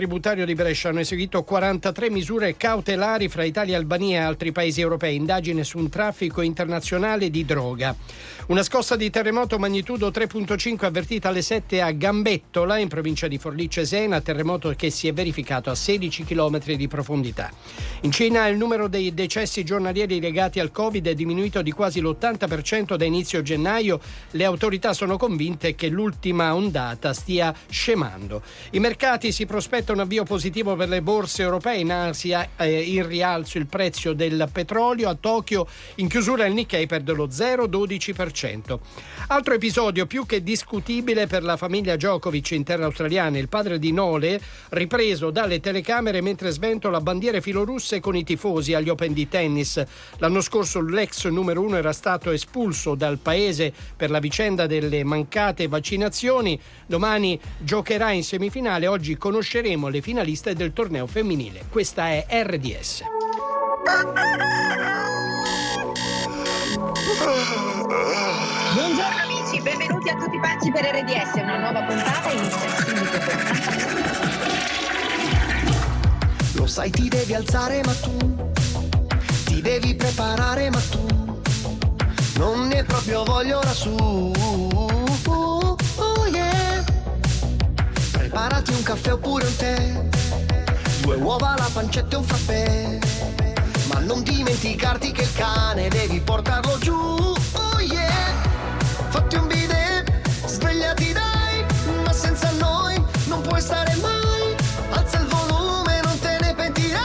tributario di Brescia hanno eseguito 43 misure cautelari fra Italia, Albania e altri paesi europei, indagine su un traffico internazionale di droga. Una scossa di terremoto magnitudo 3.5 avvertita alle 7 a Gambettola, in provincia di Forlì-Cesena, terremoto che si è verificato a 16 km di profondità. In Cina il numero dei decessi giornalieri legati al Covid è diminuito di quasi l'80% da inizio gennaio. Le autorità sono convinte che l'ultima ondata stia scemando. I mercati si prospettano un avvio positivo per le borse europee, in Asia in rialzo il prezzo del petrolio. A Tokyo in chiusura il Nikkei perde lo 0,12%. Altro episodio più che discutibile per la famiglia Djokovic in terre australiane: il padre di Nole ripreso dalle telecamere mentre sventola bandiere filorusse con i tifosi agli Open di tennis. L'anno scorso l'ex numero 1 era stato espulso dal paese per la vicenda delle mancate vaccinazioni. Domani giocherà in semifinale. Oggi conosceremo le finaliste del torneo femminile. Questa è RDS. Buongiorno amici, benvenuti a Tutti Pazzi per RDS. Una nuova puntata inizia subito con... Lo sai, ti devi alzare ma tu ti devi preparare ma tu non ne hai proprio voglia ora su. Yeah. Preparati un caffè oppure un tè, 2 uova, la pancetta e un frappè, ma non dimenticarti che il cane devi portarlo giù. Oh yeah. Fatti un bidet, svegliati dai, ma senza noi non puoi stare mai. Alza il volume, non te ne pentirai.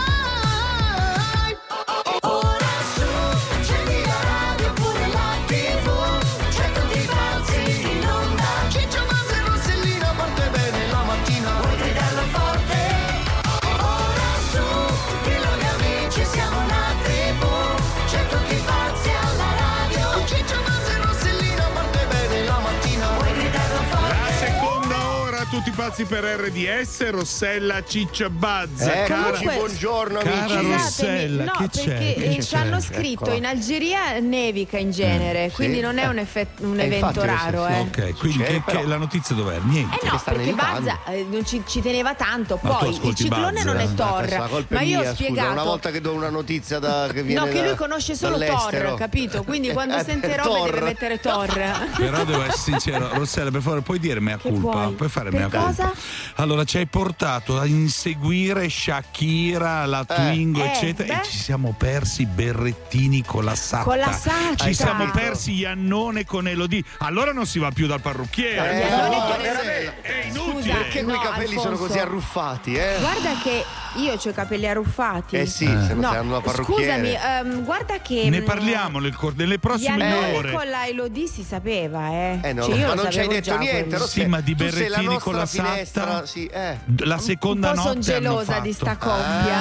Ora su, accendi la radio oppure la TV, c'è Tutti Pazzi in onda. Ciccio, Base e Rossellina parte bene la mattina, vuoi gridarlo forte? Ora su, dillo agli amici, siamo una tribù, c'è Tutti Pazzi alla radio. Ciccio, Base e Rossellina parte bene la mattina, vuoi gridarlo forte? La seconda ora, Tutti Pazzi per RDS, Rossella, Ciccia, Buzz. Comunque, buongiorno cara amici. Rossella, no, che c'è? perché ci hanno scritto Eccola. in Algeria nevica in genere, quindi non è un evento infatti, raro. Ok, quindi C'è, però. la notizia dov'è? Niente. No, sta perché nevicando. Bazza non ci teneva tanto. Ma tu Poi il ascolti ciclone Buzz, non è Adesso Thor, la colpa ma è io mia, ho spiegato. Una volta che do una notizia che viene No, che lui conosce solo dall'estero. Thor, capito? Quindi quando sente robe Thor. deve mettere Thor. Però devo essere sincero, Rossella, per favore, puoi dire mea Che culpa? vuoi? Puoi fare Per mea cosa? culpa? Allora, ci hai portato a inseguire Shakira, la Twingo, eccetera, beh. e ci siamo persi i berrettini con la satta. Con la satta. Ci siamo capito? persi Iannone con Elodie. Allora non si va più dal parrucchiere. Iannone con È inutile. Scusa, Perché quei no, capelli sono Alfonso. così arruffati, Guarda che io ho i capelli arruffati. Eh sì, sembra che hanno una parrucchiere. Scusami, guarda che Ne parliamo nelle prossime Iannone ore. con la Elodie si sapeva, No, Cioè, io ma lo non ci hai sapevo detto già niente, quello. Rossella. Sì, ma di Tu sei la berrettini con la nostra finestra, satta. sì, La seconda Un po' notte sono hanno gelosa fatto. di sta coppia.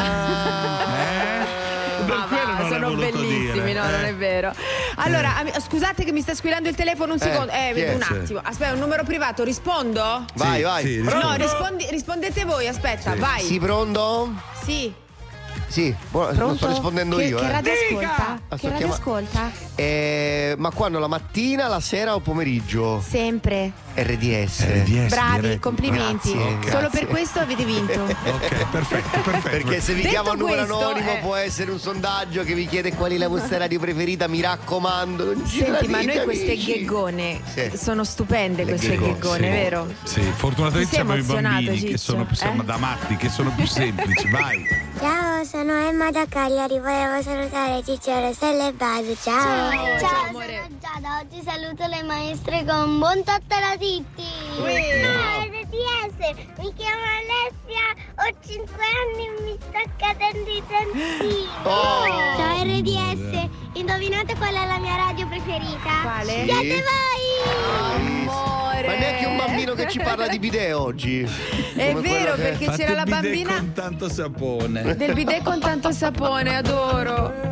Per Ma quello va, non l'ha sono voluto bellissimi, dire. no, non è vero. Allora, scusate che mi sta squillando il telefono un secondo. chi è? Un attimo. Aspetta, un numero privato, rispondo? Vai, Sì, vai. sì, Pronto? No, rispondete voi, aspetta, Sì. vai. Sì, pronto? Sì. Sì, Pronto? sto rispondendo che, io. Che radio Dica! ascolta? Sto Che radio ascolta? Ma quando? La mattina, la sera o pomeriggio? Sempre. RDS. Bravi, direi. complimenti. Grazie, Solo grazie. per questo avete vinto. Ok, perfetto. Perché se vi Detto chiama un numero questo, anonimo può essere un sondaggio che vi chiede qual è la vostra radio preferita, mi raccomando. Non ci Senti, ma dite, noi queste amici. gheggone Sì. sono stupende, Le queste gheggone, gheggone, sì. vero? Sì, fortunatamente Ti sei abbiamo i emozionato, bambini che Ciccio? sono più da matti, che sono più semplici. Vai. Ciao, sono Emma da Cagliari, volevo salutare Ciccio, Rossella e Base. Ciao! Ciao, amore. Sono Giada, oggi saluto le maestre con un buon tattara titti. Ciao RDS, mi chiamo Alessia, ho 5 anni e mi sta cadendo i dentini. Ciao RDS, indovinate qual è la mia radio preferita? Quale? Sì. Siete voi! Amore. Ma neanche un bambino che ci parla di bidet oggi. È Come vero, quello che- perché Fate c'era il la bidet bambina con tanto sapone. del bidet con tanto sapone, adoro.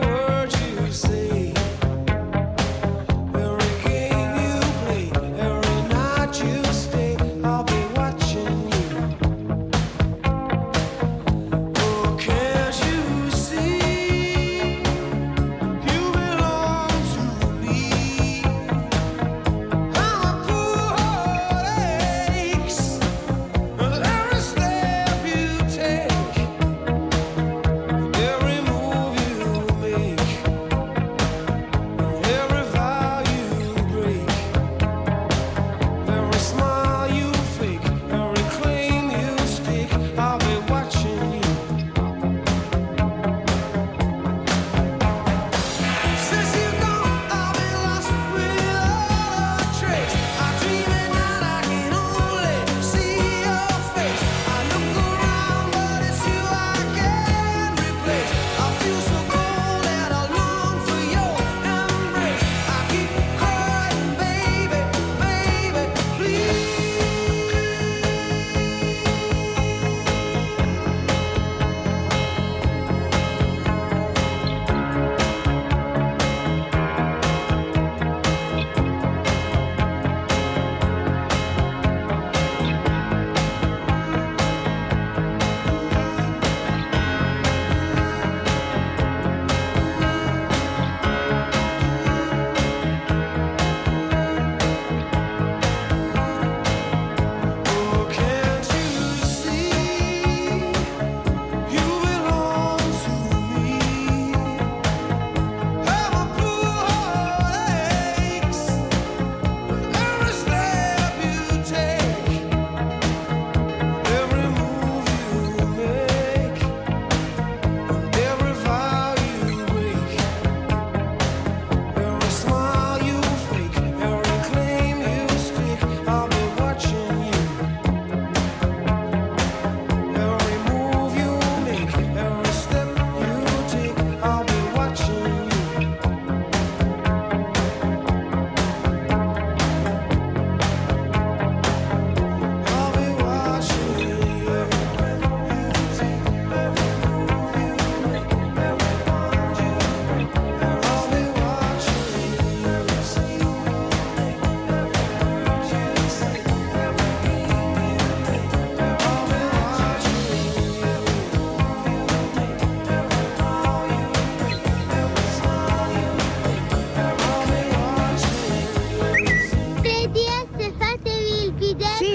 Every game you play, every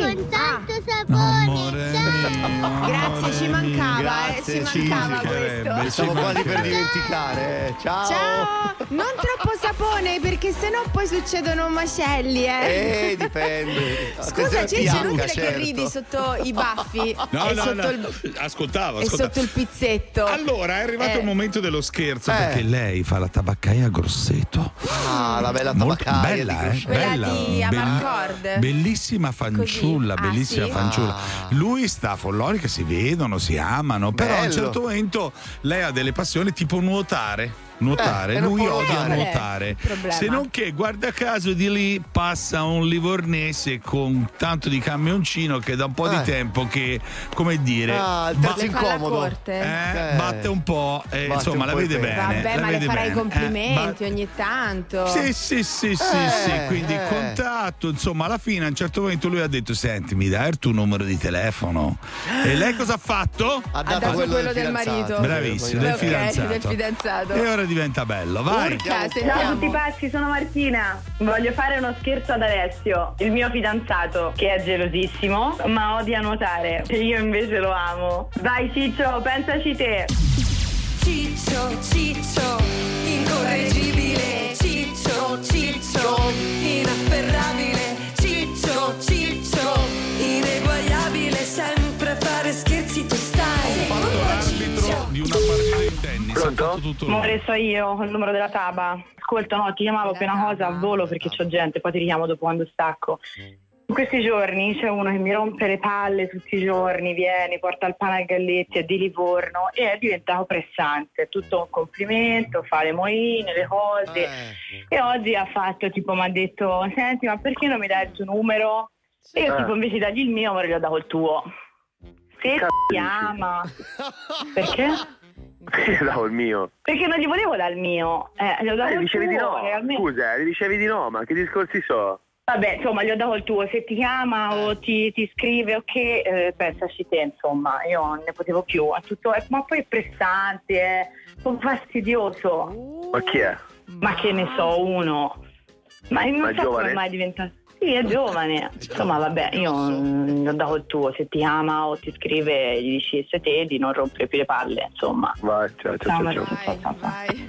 con tanto sapone. Amore mio. Grazie, ci mancava, ci mancava questo. Siamo quasi per dimenticare. Ciao. Ciao, non troppo sapone perché sennò poi succedono macelli, Dipende. Scusa, c'è inutile che certo. ridi sotto i baffi e sotto il Ascoltavo. sotto il pizzetto. Allora è arrivato il momento dello scherzo perché lei fa la tabaccaia a Grosseto. Ah, la bella Molto tabaccaia bella, di Quella bella. di Amarcord. Bellissima fanciulla, Così. Ah, bellissima sì? fanciulla. Lui sta a Follori che si vedono, si amano, però a un Bello. certo momento lei ha delle passioni tipo nuotare. e non Lui può odia nuotare. nuotare. Problema. Se non che, guarda caso, di lì passa un livornese con tanto di camioncino che da un po' di tempo che, come dire, Il terzo Le fa la incomodo. corte. batte un po', insomma, un la po' vede il bene. Vabbè, la ma le vede farai i bene. complimenti ogni tanto. Sì, quindi contatto, insomma, alla fine a un certo momento lui ha detto: senti, mi dai il tuo numero di telefono? E lei cosa ha fatto? Ha dato quello del marito. Bravissimo, del Ok, fidanzato. del fidanzato. E ora diventa bello, vai. Urca, Ciao a tutti sentiamo. pazzi, sono Martina. Voglio fare uno scherzo ad Alessio, il mio fidanzato, che è gelosissimo, ma odia nuotare. E io invece lo amo. Vai Ciccio, pensaci te. Ciccio, incorreggibile. Ciccio, inafferrabile. Ciccio, ineguagliabile. Sempre fare scherzi tu stai. Ho fatto l'arbitro di una partita di tennis. Ha fatto tutto lui. Amore, so io, il numero della Taba. Ascolta, no, ti chiamavo per una cosa a volo perché c'ho gente, poi ti richiamo dopo quando stacco. In questi giorni c'è uno che mi rompe le palle tutti i giorni, vieni, porta il pane ai galletti, è di Livorno e è diventato pressante, è tutto un complimento, fa le moine, le cose. E oggi ha fatto, tipo, mi ha detto: senti, ma perché non mi dai il tuo numero? E io tipo invece di dargli il mio, amore, gli ho dato il tuo. Se ti chiama. Perché? Io davo il mio. Perché non gli volevo dare il mio. Gli ho dato il dicevi tuo. di no. Realmente. Scusa, dicevi di no, ma che discorsi so? Vabbè, insomma, gli ho dato il tuo. Se ti chiama o ti scrive, ok, pensaci te, insomma, io non ne potevo più. È tutto, ma poi è pressante, è un fastidioso. Ma chi è? Ma che ne so, uno. Ma non Ma so giovane? come mai è diventato. Sì, è giovane. Insomma, vabbè, io gli ho dato il tuo. Se ti chiama o ti scrive, gli dici se te di non rompere più le palle, insomma. Vai, ciao. Vai.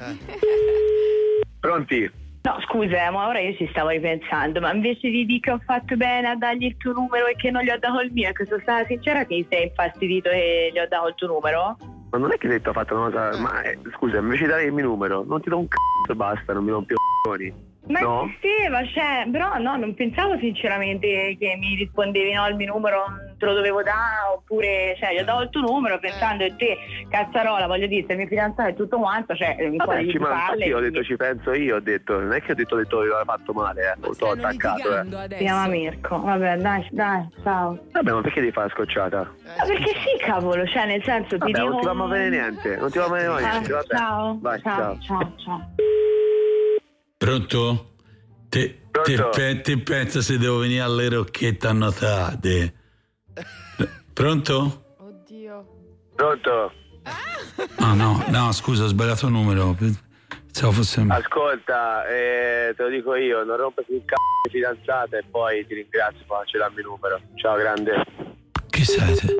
Pronti? No, scusa, ma ora io ci stavo ripensando, ma invece di dire che ho fatto bene a dargli il tuo numero e che non gli ho dato il mio, e che sono stata sincera, ti sei infastidito e gli ho dato il tuo numero? Ma non è che hai detto ho fatto una cosa. Ma scusa, invece di dare il mio numero, non ti do un c***o, basta, non mi rompi i Ma no? esisteva, cioè, però no, non pensavo sinceramente che mi rispondevi no, il mio numero non te lo dovevo dare, oppure, cioè, gli ho dato il tuo numero pensando che te, cazzarola, voglio dire, se mi fidanzato e tutto quanto, cioè, un po' Vabbè, di ma palle. infatti io ho detto ci penso io, ho detto, non è che ho detto che l'aveva fatto male, lo sto attaccato, Si chiama Mirko, vabbè, dai, ciao. Vabbè, ma perché devi fare la scocciata? Ma perché sì, cavolo, cioè, nel senso, ti Vabbè, dico... non ti va a bene niente, non ti va bene niente, vabbè. Ciao, Vai, ciao. ciao. Pronto? Pronto? Te pensa se devo venire alle rocchette a notate? Pronto? Oddio. Pronto? Ah no, scusa, ho sbagliato il numero. Pensavo fosse... Ascolta, te lo dico io, non rompere il c***o di fidanzata e poi ti ringrazio per farci darmi il numero. Ciao, grande. Chi siete?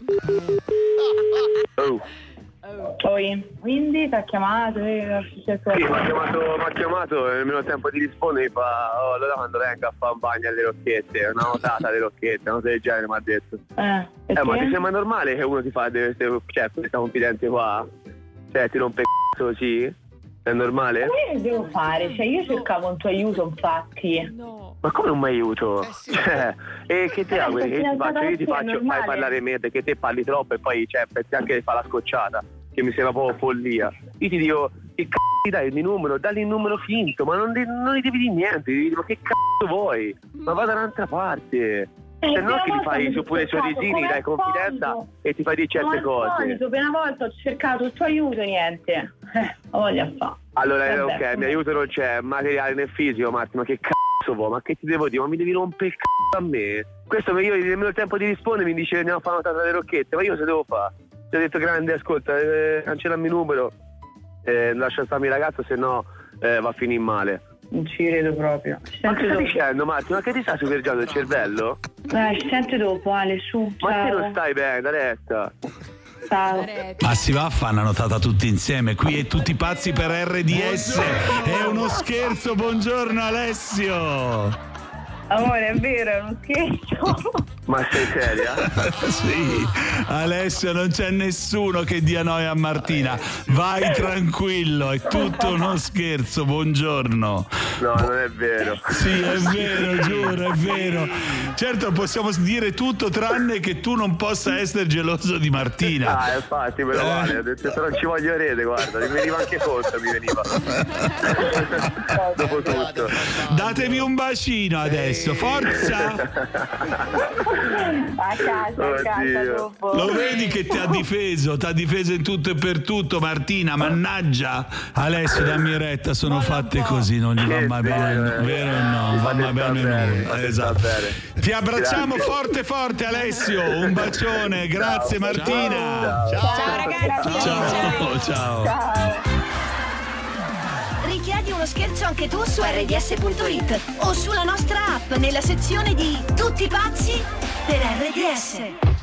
Oh. Poi, quindi ti ha chiamato? Sì, mi ha chiamato e nel meno tempo di rispondere mi fa allora quando venga a fare un bagno alle rocchette, una notata alle rocchette, una cosa del genere mi ha detto. Perché? Ma ti sembra normale che uno ti fa cioè questa confidente qua? Cioè ti rompe il c***o così? È normale? Che devo fare? Cioè io cercavo un tuo aiuto infatti. Ma come un mai aiuto? Cioè, e che te auguri? Che ti faccio? Io ti è faccio, fai normale. parlare me perché te parli troppo e poi cioè, pensi anche di fare la scocciata, che mi sembra proprio follia. Io ti dico, che c***o ti dai il mio numero? Dagli il numero finto, ma non gli devi dire niente, gli dici, ma che c***o vuoi? Ma vada da un'altra parte. Se no che ti fai pure i sorrisini, dai confidenza e ti fai dire certe cose. Per una volta ho cercato il tuo aiuto, niente. Ho voglia a fare. Allora, Vabbè, ok, mi aiuto non c'è, materiale né fisico, Marti, ma che c***o vuoi? Ma che ti devo dire? Ma mi devi rompere il c***o a me? Questo io nemmeno il tempo di rispondere mi dice andiamo a fare una notata alle rocchette, ma io se devo fare? Ti ho detto grande, ascolta, cancellami il numero, lascia stare il mio ragazzo, se no va a finire male. Non ci credo proprio. Ma che stai dicendo, Marti? Ma che ti sta supergiando il cervello? Ci sente dopo, Ale, su. Ma ciao. te non stai bene, Aletta? Ciao. Ma si va a fare una notata tutti insieme. Qui è Tutti pazzi per RDS. È uno scherzo. Buongiorno Alessio. Amore, è vero, è uno scherzo. Ma sei seria? Sì, Alessio, non c'è nessuno che dia noia a Martina. Vai tranquillo, è tutto uno scherzo. Buongiorno. No, non è vero. Sì, è vero, giuro, è vero. Certo, possiamo dire tutto tranne che tu non possa essere geloso di Martina. Ah, infatti, me lo vale. Ho detto, se non ci voglio rete, guarda, mi veniva anche conto, mi veniva. Dopo tutto. Datevi un bacino adesso, forza! A casa dopo. Lo vedi che ti ha difeso in tutto e per tutto, Martina, mannaggia. Alessio, dammi retta, sono fatte così, non gli va mai bene, vero o no? Non va mai bene nulla. Esatto. Ti abbracciamo forte forte, Alessio, un bacione, grazie Martina. Ciao ragazzi. Ciao. Richiedi uno scherzo anche tu su rds.it o sulla nostra app nella sezione di Tutti pazzi per RDS.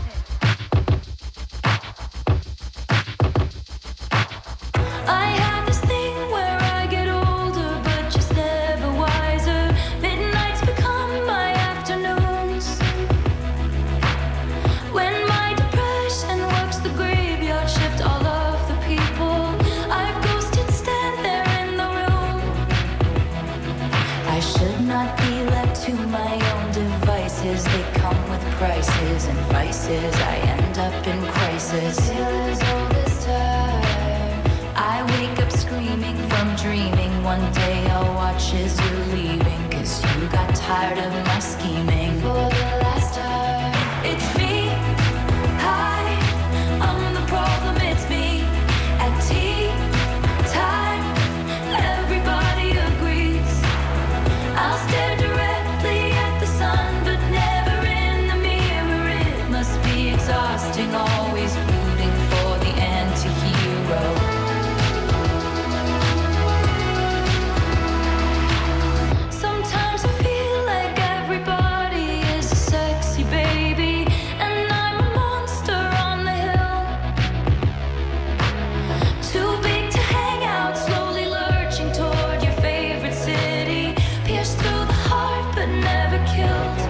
I have this thing where I get older, but just never wiser. Midnights become my afternoons. When my depression works the graveyard shift, all of the people I've ghosted stand there in the room. I should not be left to my own devices. They come with prices and vices. I end up in crisis. Still as old as time. I wake up screaming from dreaming. One day I'll watch as you're leaving, 'cause you got tired of my scheming. For the last time, it's me. Hi, I'm the problem, it's me. At tea time, everybody agrees. I'll stare directly at the sun, but never in the mirror. It must be exhausting, always rooting for the anti-hero. Sometimes I feel like everybody is a sexy baby, and I'm a monster on the hill. Too big to hang out, slowly lurching toward your favorite city. Pierced through the heart, but never killed.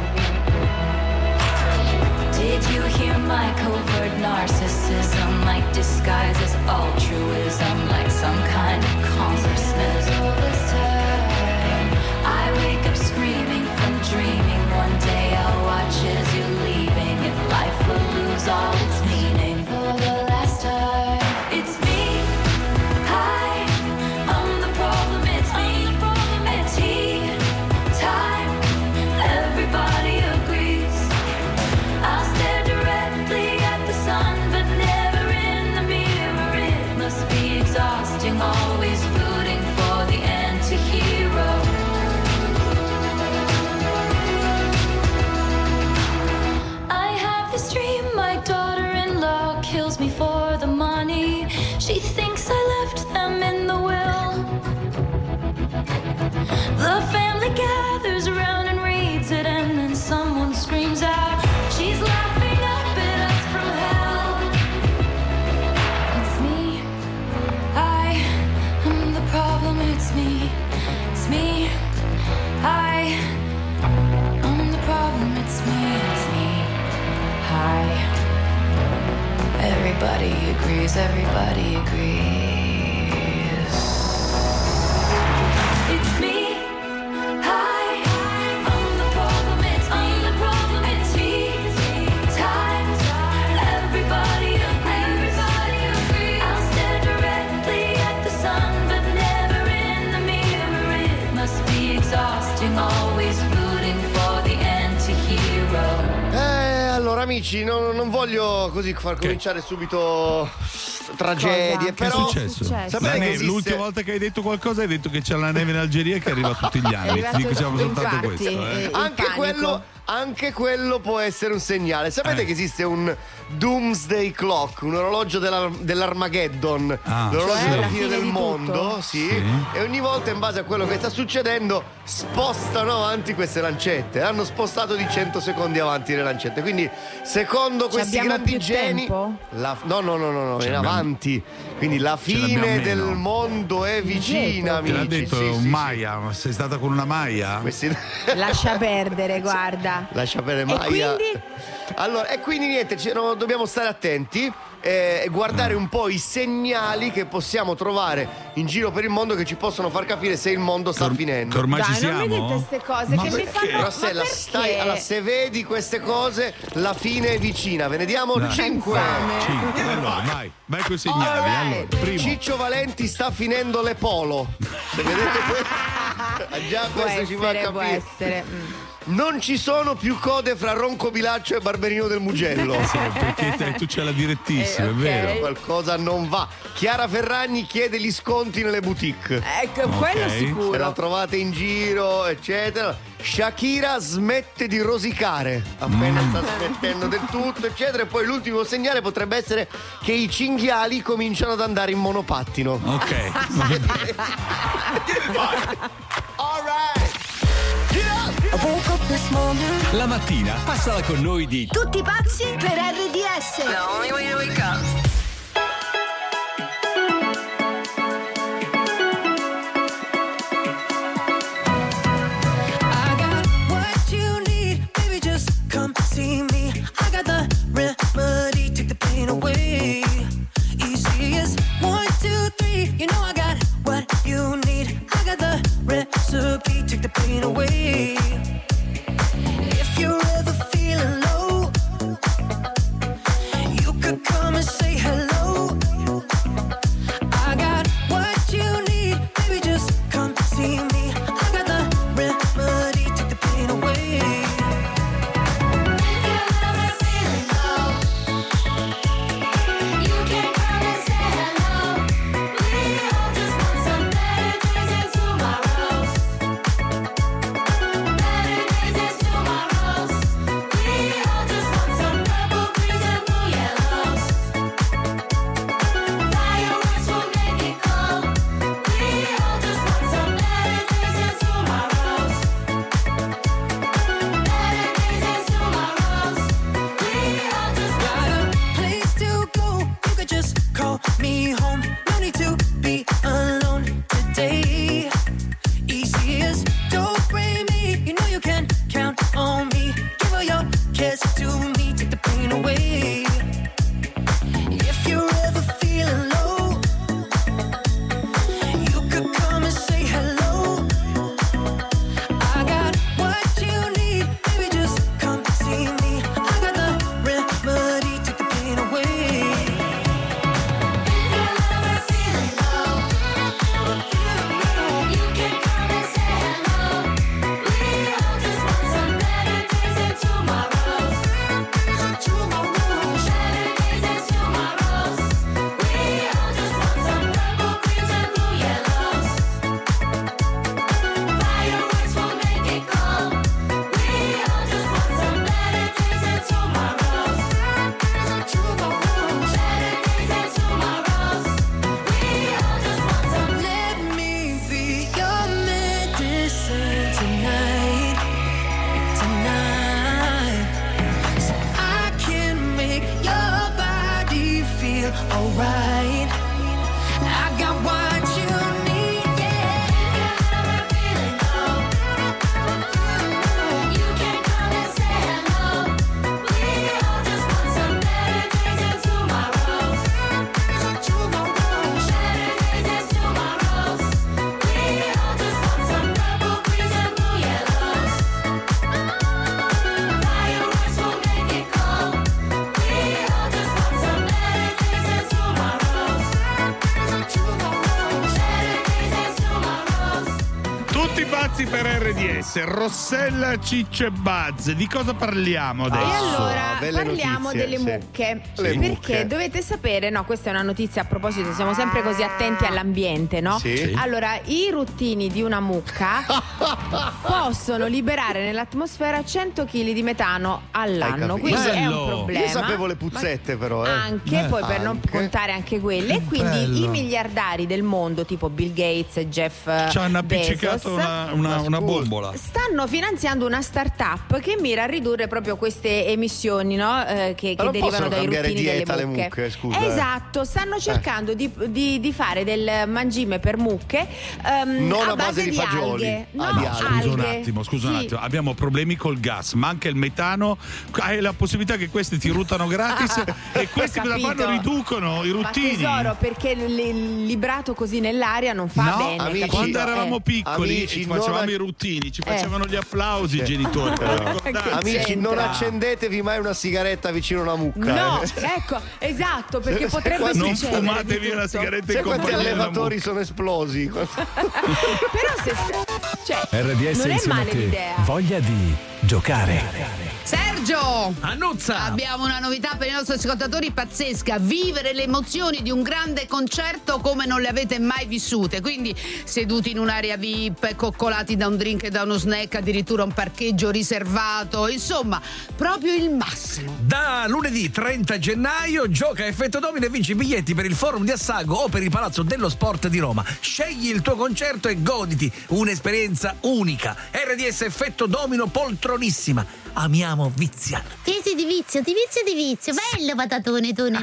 Did you hear my covert narcissism? Like disguise as altruism, like some kind of consciousness. All this time, I wake up screaming from dreaming. One day I'll watch as you're leaving, and life will lose all its meaning. For the last time, it's me. Hi, I'm the problem, it's me. At tea time, everybody agrees. I'll stare directly at the sun, but never in the mirror. It must be exhausting, always rooting for the anti-hero. I have this dream, my daughter-in-law kills me for the money. She thinks I left them in the will. The family gathers around and reads it, and then someone screams out, she's laughing up at us from hell. It's me. I am the problem, it's me. It's me. I am the problem, it's me. It's me. Hi. Everybody agrees, everybody agrees. It's me. Hi. I'm the problem, it's me. I'm the problem, it's me. Times, everybody agrees. I'll stare directly at the sun, but never in the mirror. It must be exhausting, always rooting for the anti-hero. Allora amici, non voglio così far cominciare subito tragedie, Che è però successo? sapete La che neve, esiste- l'ultima volta che hai detto qualcosa hai detto che c'è la neve in Algeria che arriva tutti gli anni. Ti diciamo soltanto infatti, questo. anche anche quello può essere un segnale. Sapete che esiste un Doomsday Clock, un orologio dell'Armageddon, l'orologio della fine del mondo, sì. E ogni volta in base a quello che sta succedendo spostano avanti queste lancette. Hanno spostato di 100 secondi avanti le lancette. Quindi secondo questi grandi geni no, in avanti. Quindi la fine del mondo è vicina, amici. Te l'ha detto Maya, ma sei stata con una Maya? Lascia perdere, guarda. Lascia perdere Maya. E quindi niente, dobbiamo stare attenti e guardare un po' i segnali che possiamo trovare in giro per il mondo che ci possono far capire se il mondo sta finendo. Ormai ci siamo? Non mi dite queste cose che mi fanno. Rossella, se vedi queste cose, la fine è vicina. Ve ne diamo 5. Allora, vai con i segnali. Allora, primo. Ciccio Valenti sta finendo le polo. Se vedete già questo ci fa capire. Può essere. Non ci sono più code fra Ronco Bilaccio e Barberino del Mugello. Sì, perché tu c'hai la direttissima, è vero. Qualcosa non va. Chiara Ferragni chiede gli sconti nelle boutique. Ecco, quello sicuro. Se la trovate in giro, eccetera. Shakira smette di rosicare. Appena sta smettendo del tutto, eccetera. E poi l'ultimo segnale potrebbe essere che i cinghiali cominciano ad andare in monopattino. Ok. All right. La mattina passala con noi di Tutti pazzi per RDS. The only way to wake up. I got what you need, baby, just come see me. I got the remedy, take the pain away. Easy as 1, 2, 3. You know I got what you need. I got the recipe, take the pain away. If you're ever feeling low, you could come and say hello. I got what you need, baby, just come see me. I got the remedy, take the pain away. If you're ever feeling low, you can come and say hello. We all just want some better days and tomorrows. Better days and tomorrows. We all just want some purple, greens and blue yellows. Fireworks will make it cold. We all just want some better days and tomorrows. Better days and tomorrows. We all just got a place to go. You could just call me home. No need to be alone today. Easy as don't blame me. You know you can count on me. Give all your cares to me. Take the pain away. If you're ever feeling low, you could come and say hello. I got what you need, baby, just come see me. I got the remedy, take the pain away. If you're ever feeling low, you can come and say hello. We all just want some better days and tomorrows. Better days and tomorrows. We all just want some purple, greens and blue yellows. Fireworks will make it cold. We all just want some better days and tomorrows. Better days and tomorrows. We all just want some. Let me be your medicine tonight, so I can make your body feel alright. I got what you need, yeah. If you're ever feeling low, you can come and say hello. We all just want some better days and tomorrows. Better days and tomorrows. We all just want some purple, greens and blue yellows. Fireworks will make it cold. We all just want some better days and tomorrows. pazzi per RDS, Rossella, Ciccio e Buzz. Di cosa parliamo adesso? E allora parliamo notizie, delle sì. mucche. Le Perché mucche. dovete sapere, no, questa è una notizia a proposito, siamo sempre così attenti all'ambiente, no? Sì. Allora, i ruttini di una mucca possono liberare nell'atmosfera 100 kg di metano all'anno. Hai capito? Quindi è un Bello. problema. Io sapevo le puzzette, però. Anche, poi per non Anche. contare anche quelle. E quindi Bello. i miliardari del mondo, tipo Bill Gates, Jeff Ci hanno appiccicato Bezos, una bombola. stanno finanziando una start-up che mira a ridurre proprio queste emissioni, no? Che Ma non derivano possono dai cambiare ruttini dieta delle le mucche. mucche, scusa, Esatto, stanno cercando di fare del mangime per mucche Non a base di fagioli. alghe. No, Ah, di alghe. Scusa un Sì. attimo, abbiamo problemi col gas, ma anche il metano, hai la possibilità che questi ti ruttano gratis e questi cosa capito. fanno? Riducono i Ma ruttini. tesoro, perché il librato così nell'aria non fa No, bene. amici, capito? Quando eravamo piccoli Amici, ci facevamo non- i ruttini, ci facevano gli applausi i genitori. te lo ricordate? Che Amici, c'entra? non accendetevi mai una sigaretta vicino a una mucca. No, eh. ecco, esatto, perché Se- potrebbe quanti- Non succedere. fumatevi di una tutto. sigaretta in Sai quanti compagnia della allevatori mucca. sono esplosi? Però se cioè, RDS non è insieme a male te. l'idea. Voglia di giocare. Sergio! Annuzza! Abbiamo una novità per i nostri ascoltatori pazzesca: vivere le emozioni di un grande concerto come non le avete mai vissute. Quindi seduti in un'area VIP, coccolati da un drink e da uno snack, addirittura un parcheggio riservato, insomma, proprio il massimo. Da lunedì 30 gennaio gioca a effetto domino e vinci biglietti per il Forum di Assago o per il Palazzo dello Sport di Roma. Scegli il tuo concerto e goditi un'esperienza unica. RDS effetto domino poltronissima. Amiamo viziare. Sì, di vizio. Bello patatone, tone.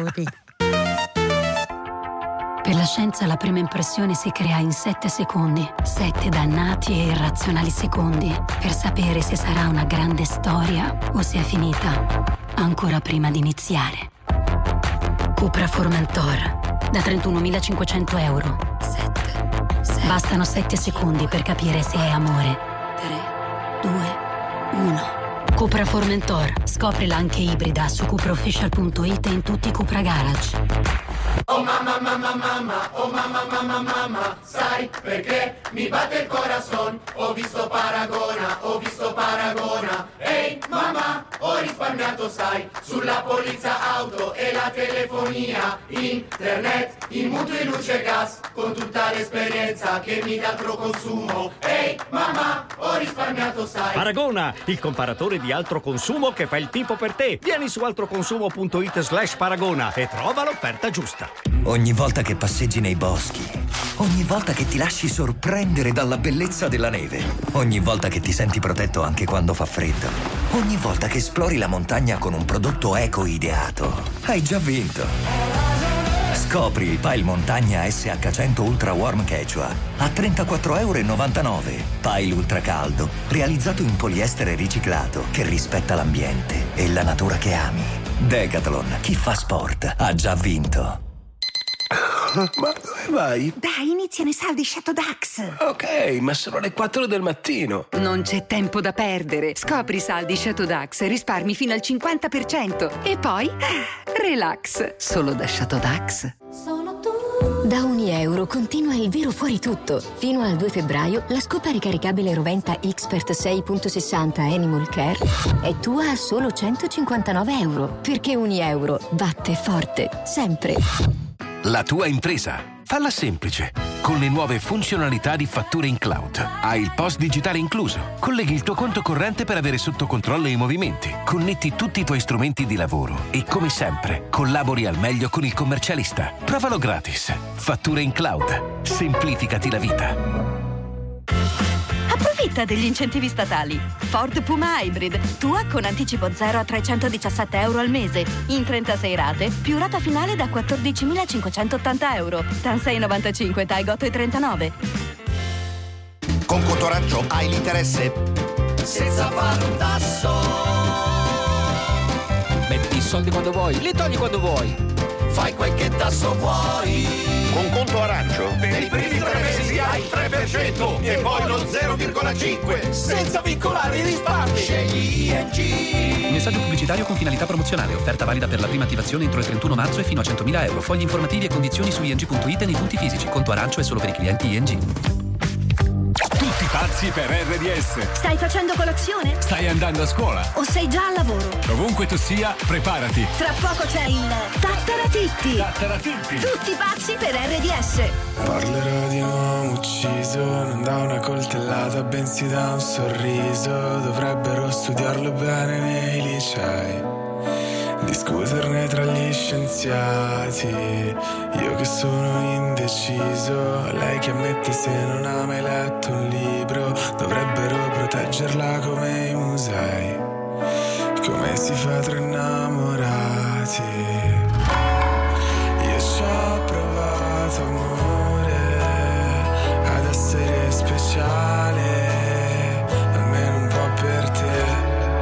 Per la scienza la prima impressione si crea in 7 secondi. 7 dannati e irrazionali secondi per sapere se sarà una grande storia o se è finita ancora prima di iniziare. Cupra Formentor da 31.500 euro. 7. Bastano 7 secondi per capire se è amore. 3, 2, 1. Cupra Formentor. Scoprila anche ibrida su cupraofficial.it e in tutti i Cupra Garage. Oh mamma, sai perché mi batte il corazon? Ho visto Paragona. Ehi mamma, ho risparmiato, sai, sulla polizza auto e la telefonia, internet, in mutui, luce e gas, con tutta l'esperienza che mi dà altro consumo. Ehi mamma, ho risparmiato, sai. Paragona, il comparatore di altro consumo che fa il tipo per te. Vieni su altroconsumo.it/Paragona e trova l'offerta giusta. Ogni volta che passeggi nei boschi, ogni volta che ti lasci sorprendere dalla bellezza della neve, ogni volta che ti senti protetto anche quando fa freddo, ogni volta che esplori la montagna con un prodotto eco ideato, hai già vinto. Scopri il Pile Montagna SH100 Ultra Warm Quechua a €34,99. Pile ultra caldo, realizzato in poliestere riciclato che rispetta l'ambiente e la natura che ami. Decathlon, chi fa sport ha già vinto. Ma dove vai? Dai, iniziano i saldi Shadow Dax. Ok, ma sono le 4 del mattino. Non c'è tempo da perdere. Scopri i saldi Shadow Dax e risparmi fino al 50%. E poi, relax. Solo da Shadow Dax. Da €1 continua il vero fuori tutto. Fino al 2 febbraio la scopa ricaricabile Roventa Expert 6.60 Animal Care è tua a solo €159. Perché €1 batte forte, sempre. La tua impresa. Falla semplice. Con le nuove funzionalità di fatture in cloud. Hai il POS digitale incluso. Colleghi il tuo conto corrente per avere sotto controllo i movimenti. Connetti tutti i tuoi strumenti di lavoro. E come sempre, collabori al meglio con il commercialista. Provalo gratis. Fatture in cloud. Semplificati la vita. Approfitta degli incentivi statali. Ford Puma Hybrid, tua con anticipo 0 a €317 al mese, in 36 rate, più rata finale da €14.580. TAN 6,95, TAG 8,39. Con Conto Arancio hai l'interesse Senza fare un tasso. Metti i soldi quando vuoi, li togli quando vuoi. Fai quel che tasso vuoi. Con Conto Arancio Per i primi 3 mesi hai il 3% e poi lo 0,5 senza vincolare i risparmi. Scegli ING. Messaggio pubblicitario con finalità promozionale. Offerta valida per la prima attivazione entro il 31 marzo e fino a €100.000. Fogli informativi e condizioni su ing.it e nei punti fisici. Conto Arancio è solo per i clienti ING. Tutti pazzi per RDS. Stai facendo colazione? Stai andando a scuola? O sei già al lavoro? Ovunque tu sia, preparati. Tra poco c'è il Tattaratitti. Tattaratitti. Tutti pazzi per RDS. Parlerò di un uomo ucciso, non da una coltellata, bensì da un sorriso. Dovrebbero studiarlo bene nei licei, discuterne tra gli scienziati. Io che sono indeciso, lei che ammette se non ha mai letto un libro. Dovrebbero proteggerla come i musei, come si fa tra innamorati. Io ci ho provato amore, ad essere speciale, almeno un po' per te.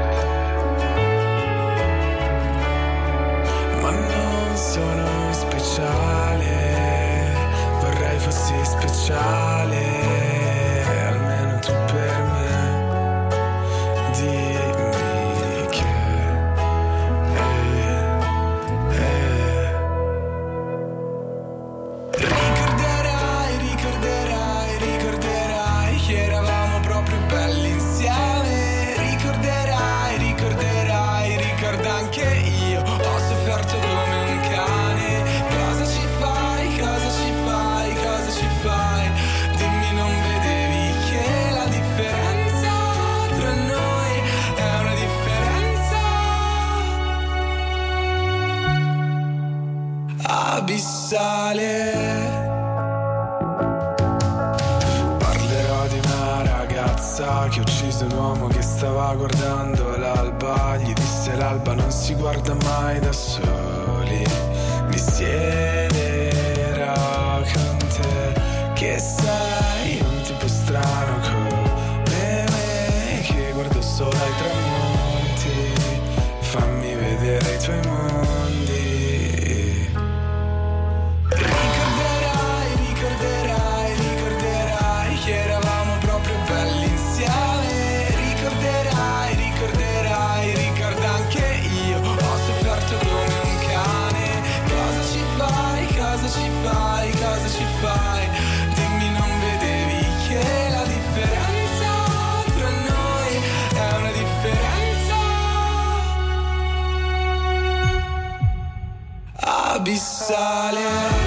Sono speciale, vorrei fossi speciale, almeno tu per me. Dimmi che ricorderai che eravamo proprio belli insieme. Ricorderai, ricorda anche io, ho sofferto come un cane. Cosa ci fai, cosa ci fai, cosa ci fai? Dimmi, non vedevi che la differenza tra noi è una differenza abissale. Parlerò di una ragazza che ha ucciso un uomo che stava guardando l'alba. Gli disse l'alba non si guarda mai da soli. Mi siederò con te, che sei un tipo strano come me, che guardo solo ai tramonti. Fammi vedere i tuoi mondi. Ricorderai che eravamo proprio belli insieme. Ricorderai, ricorda anche io, ho sofferto come un cane. Cosa ci fai, cosa ci fai, cosa ci fai? Dimmi, non vedevi che la differenza tra noi è una differenza abissale.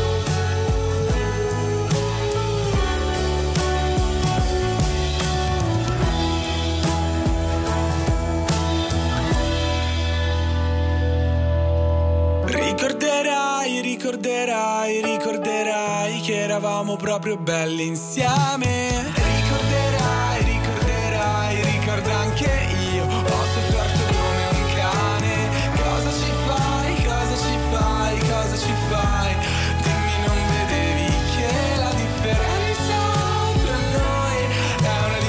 Ricorderai che eravamo proprio belli insieme. Ricorderai, ricorda anche io, ho sofferto come un cane. Cosa ci fai, cosa ci fai, cosa ci fai? Dimmi, non vedevi che la differenza tra noi è una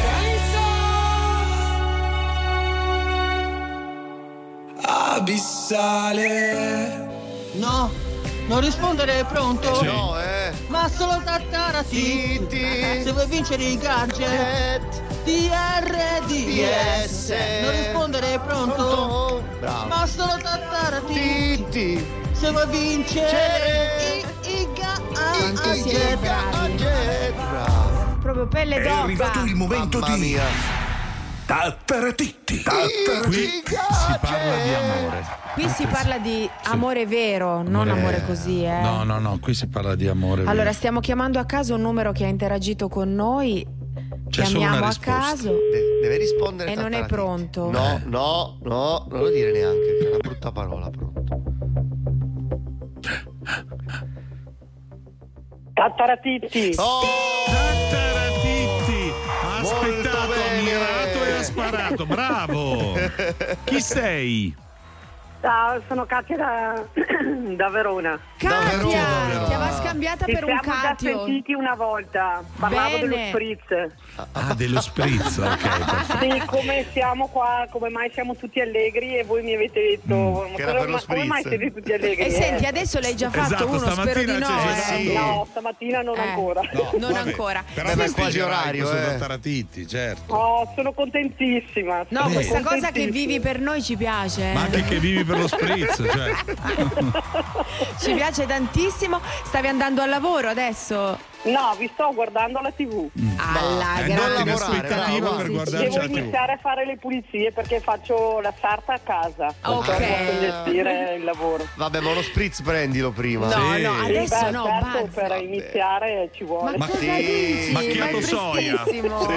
differenza abissale. No, non rispondere, pronto? Sì. No, Ma solo Tattaratitti. Se vuoi vincere i gadget di RDS. Non rispondere, pronto? Bravo. Ma solo Tattaratitti. Se vuoi vincere i gadget. Quanto siete bravi. Proprio pelle d'oca. È arrivato il momento di Tattaratitti. Qui si parla di amore. Qui si parla di amore vero, non amore così, No, qui si parla di amore Allora, vero. stiamo chiamando a caso un numero che ha interagito con noi. C'è solo Chiamiamo una a risposta. caso. Deve rispondere E non è Tattaratitti. pronto. No, non lo dire neanche, che è una brutta parola, pronto. Tattaratitti. Tattaratitti. Ha aspettato, ammirato e ha sparato. Bravo. Chi sei? Ciao, sono Katia da Verona. Katia, ti aveva scambiata per un Ci siamo già Katio. sentiti una volta. Parlavo Bene. dello spritz. Ah, dello spritz, ok. perfetto. Sì, come siamo qua, come mai siamo tutti allegri e voi mi avete detto che era per lo come mai spritz. siete tutti allegri? E senti, adesso l'hai già fatto Esatto, uno, spero di no. stamattina c'è già stato. No, stamattina non ancora. Non Vabbè, ancora. Però Beh, è è quasi orario, su eh. Tattaratitti, certo. Oh, sono contentissima. No, sono questa cosa che contentissima. vivi per noi ci piace. Ma anche che vivi per lo spritz, cioè. Ci piace tantissimo. Stavi andando al lavoro adesso? No, vi sto guardando la TV. Alla grande aspettativa per guardarci Devo la TV. iniziare a fare le pulizie perché faccio la sarta a casa. Non so gestire il lavoro. Vabbè, ma uno spritz prendilo prima. No, adesso no, certo, Buzz. per iniziare ci vuole. Ma cosa dici? macchiato Ma è soia. freschissimo.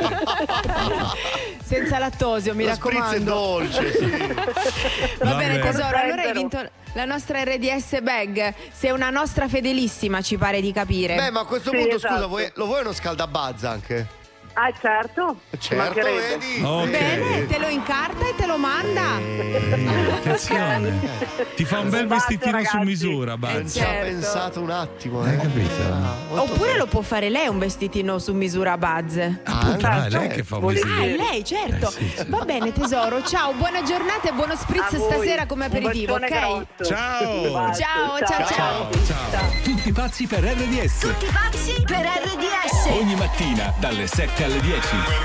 Senza lattosio, mi Lo raccomando. spritz è dolce, sì. Va bene, bene. tesoro, allora hai vinto la nostra RDS bag. Sei una nostra fedelissima, ci pare di capire. Beh, ma a questo Sì, punto, esatto. scusa, lo vuoi uno scaldabazz anche? Ah, certo. Certo, vedi? Ok. Bene, te lo incarta e te lo manda. Attenzione. Ti fa un bel vestitino su misura, Non Buzz. ci ha certo. pensato un attimo, Hai capito? Oppure lo può fare lei un vestitino su misura, Buzz. Appunto, è lei che fa un vestito. Ah, è lei, certo. sì. Va bene, tesoro. Ciao, buona giornata e buono spritz A voi. stasera come aperitivo, Un bacione ok? grosso. Ciao. Ciao. Tutti pazzi per RDS. Tutti pazzi per RDS. Ogni mattina dalle 7 alle 10.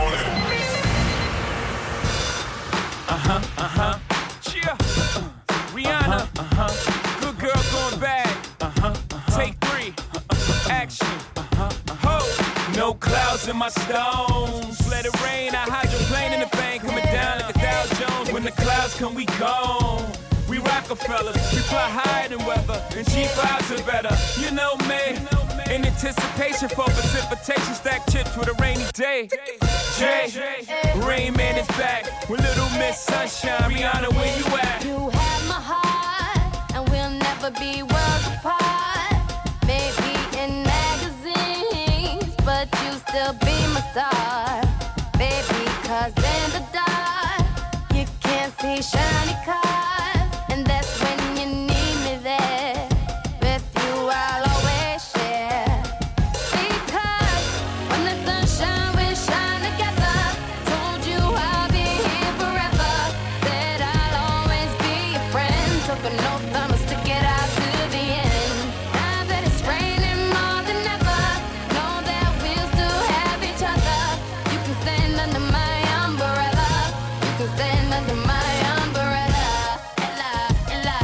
Rihanna, good girl going bad. Take 3, action. Ho, no clouds in my stones. Let it rain, I hydroplane in the bank, coming down like a Dow Jones. When the clouds come, we gone. We Rockefellers, we fly higher than weather, and G5s are better. You know me. In anticipation for precipitation, stack chips with a rainy day. Jay, Rain Man is back with Little Miss Sunshine. Rihanna, where you at? You have my heart, and we'll never be worlds apart. Maybe in magazines, but you still be my star. Baby, 'cause in the dark, you can't see shiny cars. And that's when you need me there. With you, I'll always share. Because when the sunshine will shine together, told you I'll be here forever. Said I'll always be your friend. Took an oath, I'ma stick it out to the end. Now that it's raining more than ever, know that we'll still have each other. You can stand under my umbrella. You can stand under my umbrella. Ella, ella,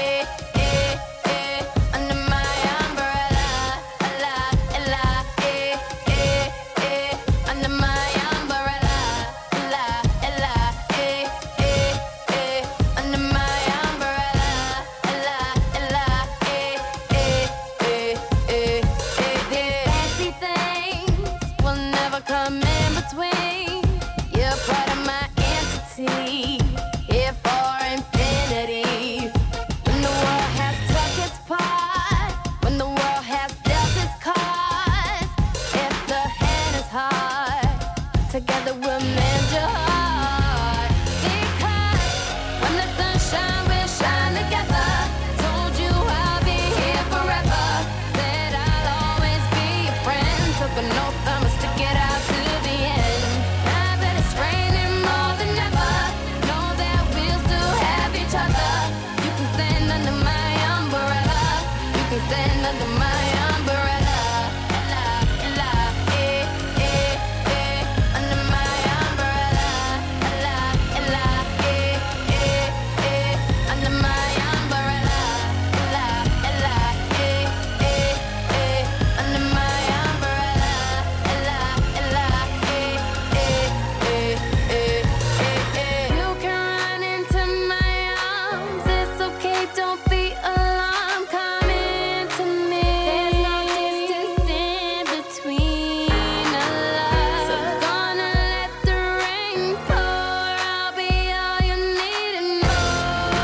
under my umbrella. Ella, ella, under my umbrella. Ella, ella, under my umbrella. Ella, ella, fancy things will never come in between. You're part of my entity, here for infinity. When the world has took its part, when the world has dealt its cards, if the hand is hard, together we'll mend your heart. Because when the sunshine will shine together, told you I'll be here forever. Said I'll always be your friend. Took an oath, I'ma stick it out to the end. Now that it's raining more than ever, know that we'll still have each other. You can stand under my umbrella. You can stand under my umbrella. Ella, ella, under my umbrella. Ella, ella, under my umbrella. Ella, ella, under my umbrella. Ella, ella, you can run into my arms. It's okay, don't be alarmed. Come into me. There's no distance in between us. So gonna let the rain pour. I'll be all you need and more.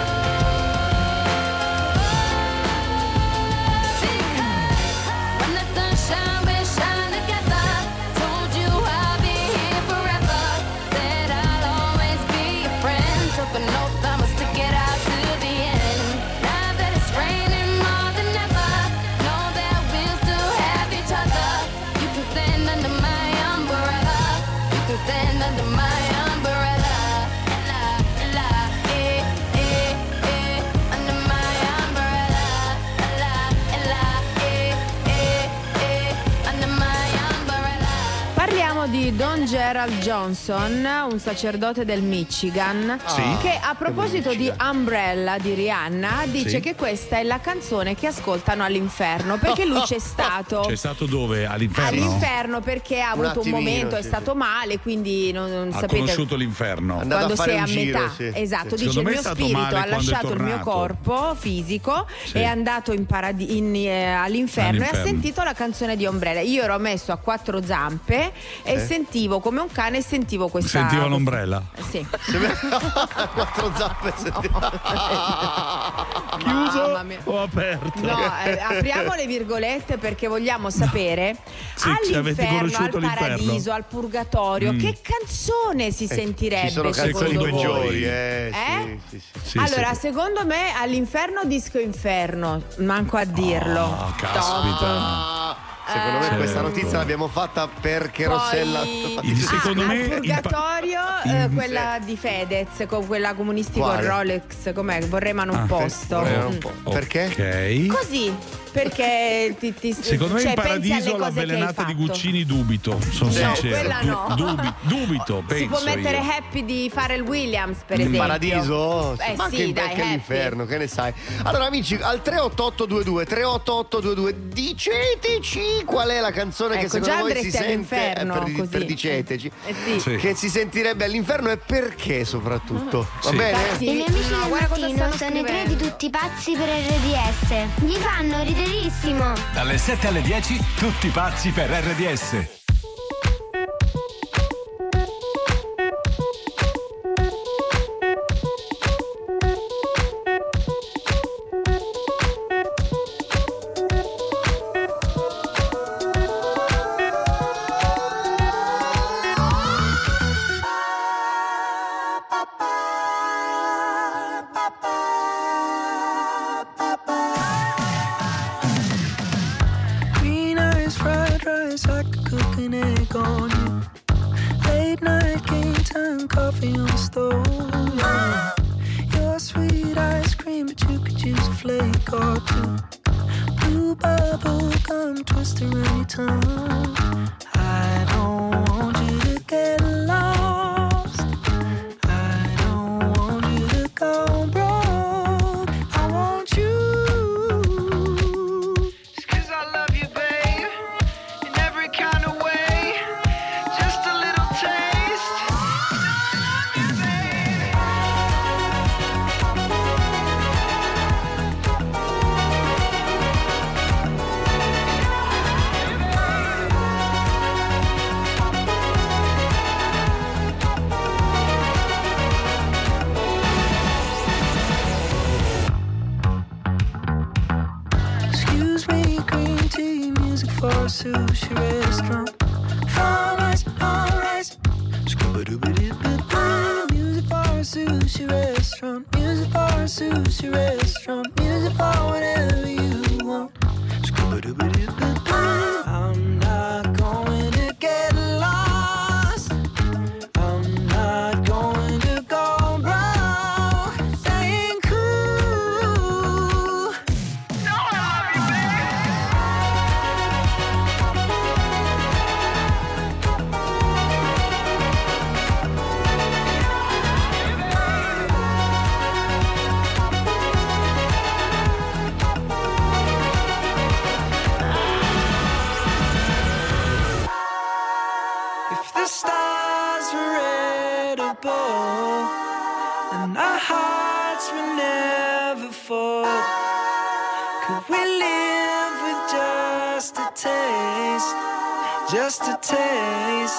Because when the sunshine will shine together, told you I'll be here forever. Said I'll always be your friend. Took an oath, I'ma stick it out to the end. Now that it's raining more than ever, know that we'll still have each other. You can stand under my umbrella. You can stand under my umbrella. Ella, ella, under my umbrella. Ella, ella, under my umbrella. Parliamo di Don John Gerald Johnson, un sacerdote del Michigan, che a proposito di Umbrella di Rihanna dice che questa è la canzone che ascoltano all'inferno, perché lui c'è stato. C'è stato dove? All'inferno? All'inferno, perché ha avuto un momento, è stato male, quindi non ha sapete. conosciuto l'inferno. Quando sei a metà, esatto, dice il mio spirito ha lasciato il mio corpo fisico, è andato all'inferno e ha sentito la canzone di Umbrella. Io ero messo a quattro zampe e sentivo come un cane, sentivo questa. Sentiva l'ombrella? Sì. Quattro zampe chiuso o aperto? No, apriamo le virgolette perché vogliamo sapere all'inferno, al paradiso, al purgatorio, che canzone si sentirebbe? Ci sono canzoni peggiori, allora, secondo me all'inferno disco inferno, manco a dirlo. Caspita. Secondo me questa notizia l'abbiamo fatta perché Rossella. Secondo me al purgatorio quella di Fedez, con quella comunistica con Rolex, com'è? Vorrei ma non posto. Perché? Così. Perché secondo me il paradiso l'avvelenata di Guccini dubito, sono sincero. Quella no. Dubito, penso. Si può mettere Happy di Pharrell Williams, per esempio. Il paradiso? Ma sì, dai, anche l'inferno, che ne sai? Allora amici, al 38822 diceteci qual è la canzone che secondo voi si sente per diceteci che si sentirebbe all'inferno e perché soprattutto. Va bene? I miei amici del mattino sono i tre di tutti pazzi per RDS. Gli fanno riderissimo. Dalle 7 alle 10, tutti pazzi per RDS. Sushi restaurant, farmers, alright. Music for a sushi restaurant, music for a sushi restaurant, music for whatever you want. I'm not going to get lost. I'm not going to go broke. Staying cool. No, I love you, baby. The stars were edible, and our hearts will never fall. Could we live with just a taste, just a taste?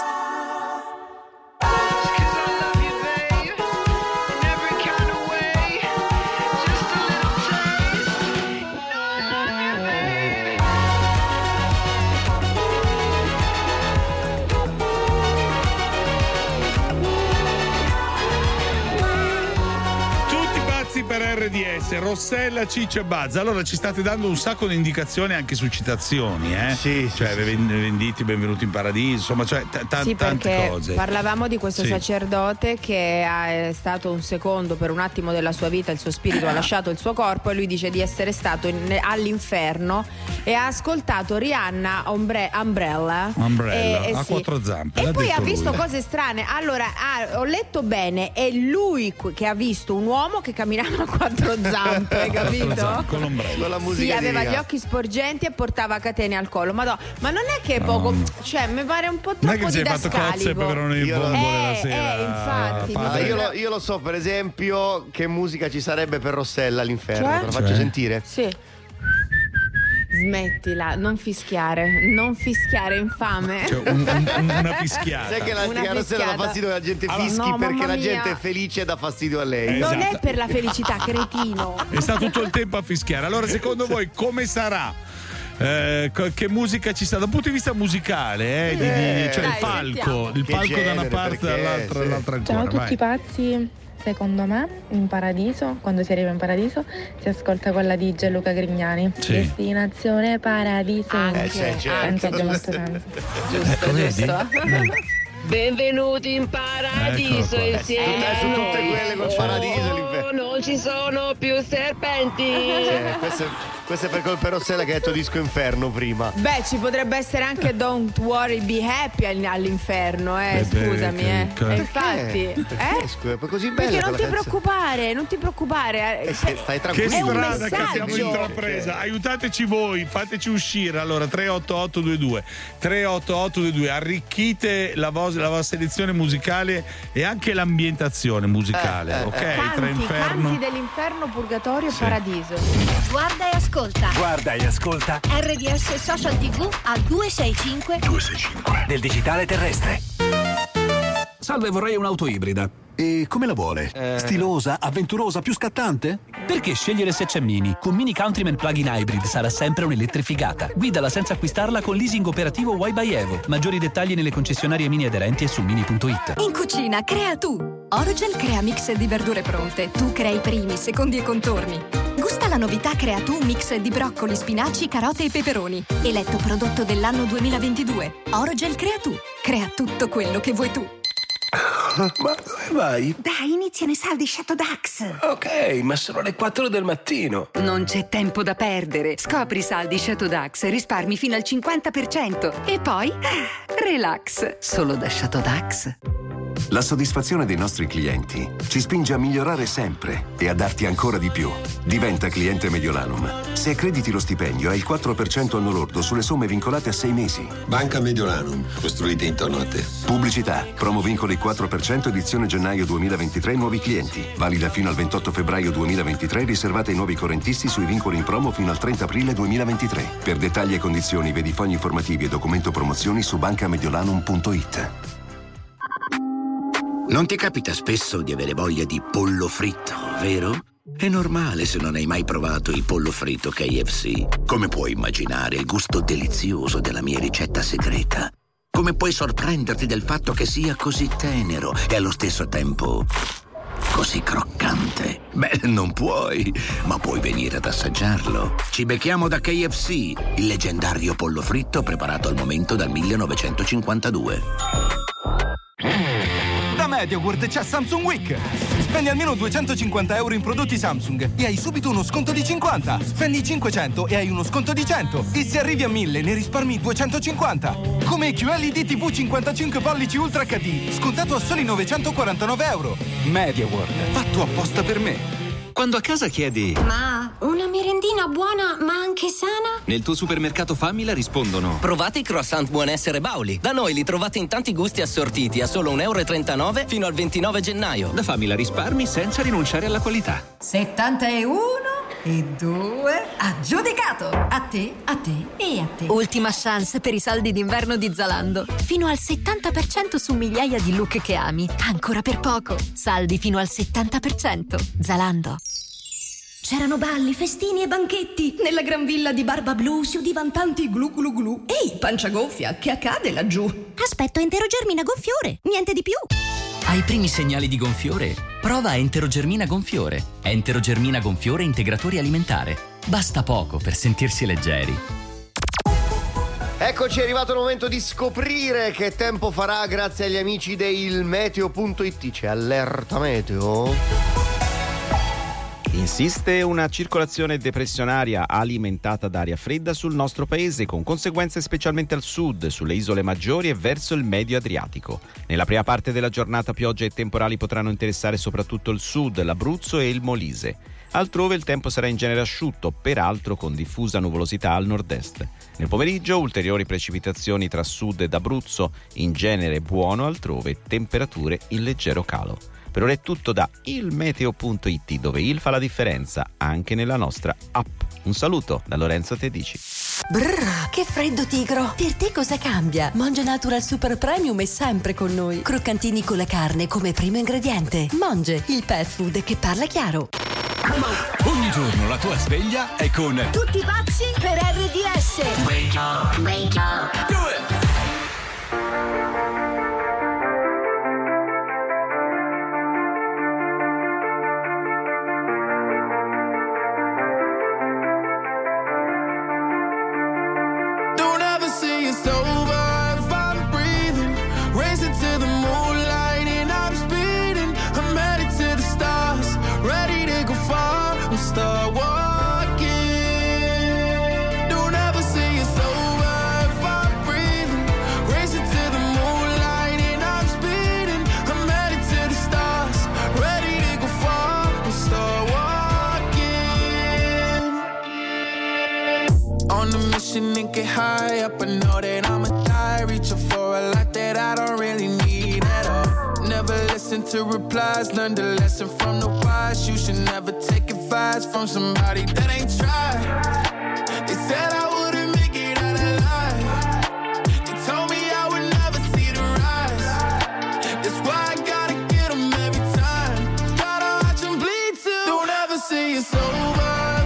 Per RDS, Rossella, Ciccio e Buzz. Allora ci state dando un sacco di indicazioni anche su citazioni, Sì. Cioè, venditi, benvenuti in paradiso, insomma, cioè tante cose. Parlavamo di questo sacerdote che è stato un secondo, per un attimo della sua vita, il suo spirito ha lasciato il suo corpo, e lui dice di essere stato all'inferno e ha ascoltato Rihanna Umbrella a quattro zampe. E poi ha visto cose strane. Allora, ho letto bene, è lui che ha visto un uomo che camminava a quattro zampe, capito? Con l'ombrello. Con la musica aveva gli occhi sporgenti e portava catene al collo. Ma non è che è poco, cioè mi pare un po' troppo non è che si è fatto cozze e peperoni di bombole la sera. Infatti. Io lo so, per esempio, che musica ci sarebbe per Rossella all'inferno. Cioè? Te la faccio sentire? Sì. Smettila, non fischiare, infame. Cioè, una fischiata. Sai che la Rossella dà fastidio che la gente fischi perché la gente è felice e dà fastidio a lei. Non è per la felicità, cretino. E sta tutto il tempo a fischiare. Allora, secondo voi come sarà? Che musica ci sta dal punto di vista musicale? Cioè dai, il palco da una parte all'altra ancora. Ciao a tutti pazzi. Secondo me in paradiso, quando si arriva in paradiso, si ascolta quella di Gianluca Grignani. Sì. Destinazione paradiso. Penso abbia molto senso. Giusto. Benvenuti in paradiso insieme su tutte quelle col paradiso l'inferno. Non ci sono più serpenti. Questo è per colpa Rossella che ha detto disco inferno prima. Beh, ci potrebbe essere anche Don't Worry Be Happy all'inferno, scusami, infatti. È così bella. Perché non ti preoccupare. Stai tranquillo. Che strada che abbiamo intrapresa. Aiutateci voi, fateci uscire. Allora 38822 arricchite la vostra selezione musicale e anche l'ambientazione musicale, ok? Canti dell'inferno, purgatorio e paradiso. Guarda e ascolta RDS Social TV al 265 del digitale terrestre. Salve, vorrei un'auto ibrida. E come la vuole? Stilosa, avventurosa, più scattante? Perché scegliere se c'è Mini? Con Mini Countryman Plug-in Hybrid sarà sempre un'elettrificata. Guidala senza acquistarla con leasing operativo Y by Evo. Maggiori dettagli nelle concessionarie Mini aderenti e su mini.it. In cucina crea tu. Orogel crea mix di verdure pronte. Tu crei primi, secondi e contorni. Gusta la novità Crea tu mix di broccoli, spinaci, carote e peperoni. Eletto prodotto dell'anno 2022. Orogel crea tu. Crea tutto quello che vuoi tu. Ma dove vai? Dai, iniziano i saldi Shadow Dax. Ok, ma sono le 4 del mattino. Non c'è tempo da perdere. Scopri i saldi Shadow Dax e risparmi fino al 50%. E poi, relax, solo da Shadow Dax. La soddisfazione dei nostri clienti ci spinge a migliorare sempre e a darti ancora di più. Diventa cliente Mediolanum. Se accrediti lo stipendio hai il 4% anno lordo sulle somme vincolate a 6 mesi. Banca Mediolanum, costruite intorno a te. Pubblicità. Promo vincoli 4% edizione gennaio 2023 nuovi clienti. Valida fino al 28 febbraio 2023, riservata ai nuovi correntisti sui vincoli in promo fino al 30 aprile 2023. Per dettagli e condizioni vedi fogli informativi e documento promozioni su bancamediolanum.it. Non ti capita spesso di avere voglia di pollo fritto, vero? È normale se non hai mai provato il pollo fritto KFC. Come puoi immaginare il gusto delizioso della mia ricetta segreta? Come puoi sorprenderti del fatto che sia così tenero e allo stesso tempo così croccante? Beh, non puoi, ma puoi venire ad assaggiarlo. Ci becchiamo da KFC, il leggendario pollo fritto preparato al momento dal 1952. Da MediaWorld c'è Samsung Week. Spendi almeno 250 euro in prodotti Samsung e hai subito uno sconto di 50. Spendi 500 e hai uno sconto di 100. E se arrivi a 1000 ne risparmi 250. Come QLED TV 55 pollici Ultra HD, scontato a soli 949 euro. MediaWorld, fatto apposta per me. Quando a casa chiedi Ma una merendina buona ma anche sana? nel tuo supermercato Famila rispondono: provate i croissant Buonessere Bauli. Da noi li trovate in tanti gusti assortiti a solo 1,39 euro fino al 29 gennaio. Da Famila risparmi senza rinunciare alla qualità. 71 e 2 aggiudicato. A te e a te. Ultima chance per i saldi d'inverno di Zalando. Fino al 70% su migliaia di look che ami. Ancora per poco. Saldi fino al 70%. Zalando. C'erano balli, festini e banchetti. Nella gran villa di Barba Blu si udivan tanti glu glu glu. Ehi, pancia gonfia, che accade laggiù? Aspetto a interrogermi una gonfiore, niente di più. Ai primi segnali di gonfiore, prova Enterogermina Gonfiore. Enterogermina Gonfiore integratori alimentare. Basta poco per sentirsi leggeri. Eccoci, è arrivato il momento di scoprire che tempo farà grazie agli amici del meteo.it. C'è allerta meteo. Insiste una circolazione depressionaria alimentata da aria fredda sul nostro paese, con conseguenze specialmente al sud, sulle isole maggiori e verso il medio Adriatico. Nella prima parte della giornata piogge e temporali potranno interessare soprattutto il sud, l'Abruzzo e il Molise. Altrove il tempo sarà in genere asciutto, peraltro con diffusa nuvolosità al nord-est. Nel pomeriggio ulteriori precipitazioni tra sud ed Abruzzo, in genere buono, altrove temperature in leggero calo. Per ora è tutto da ilmeteo.it, dove il fa la differenza anche nella nostra app. Un saluto da Lorenzo Tedici. Brrr, che freddo tigro! Per te cosa cambia? Monge Natural Super Premium è sempre con noi. Croccantini con la carne come primo ingrediente. Monge, il pet food che parla chiaro. Ogni giorno la tua sveglia è con Tutti pazzi per RDS. Wake up, wake up, do it! And get high up, I know that I'ma die. Reaching for a lot that I don't really need at all. Never listen to replies, learn the lesson from the wise. You should never take advice from somebody that ain't tried. They said I wouldn't make it out alive. They told me I would never see the rise. That's why I gotta get them every time. Gotta watch them bleed too. Don't ever say it's over.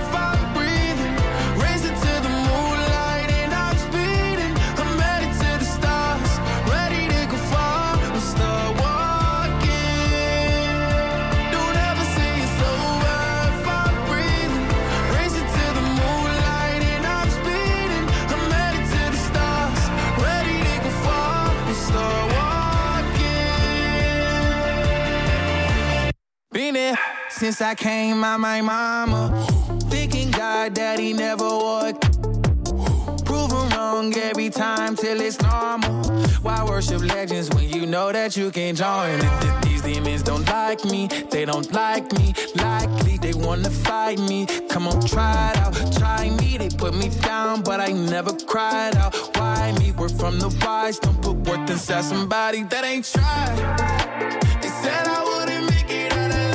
Since I came out my mama, thinking God that he never would. Prove him wrong every time till it's normal. Why worship legends when you know that you can join? These demons don't like me, they don't like me. Likely they wanna fight me. Come on, try it out, try me. They put me down, but I never cried out. Why me? We're from the wise. Don't put worth inside somebody that ain't tried. They said I wouldn't make it out alive.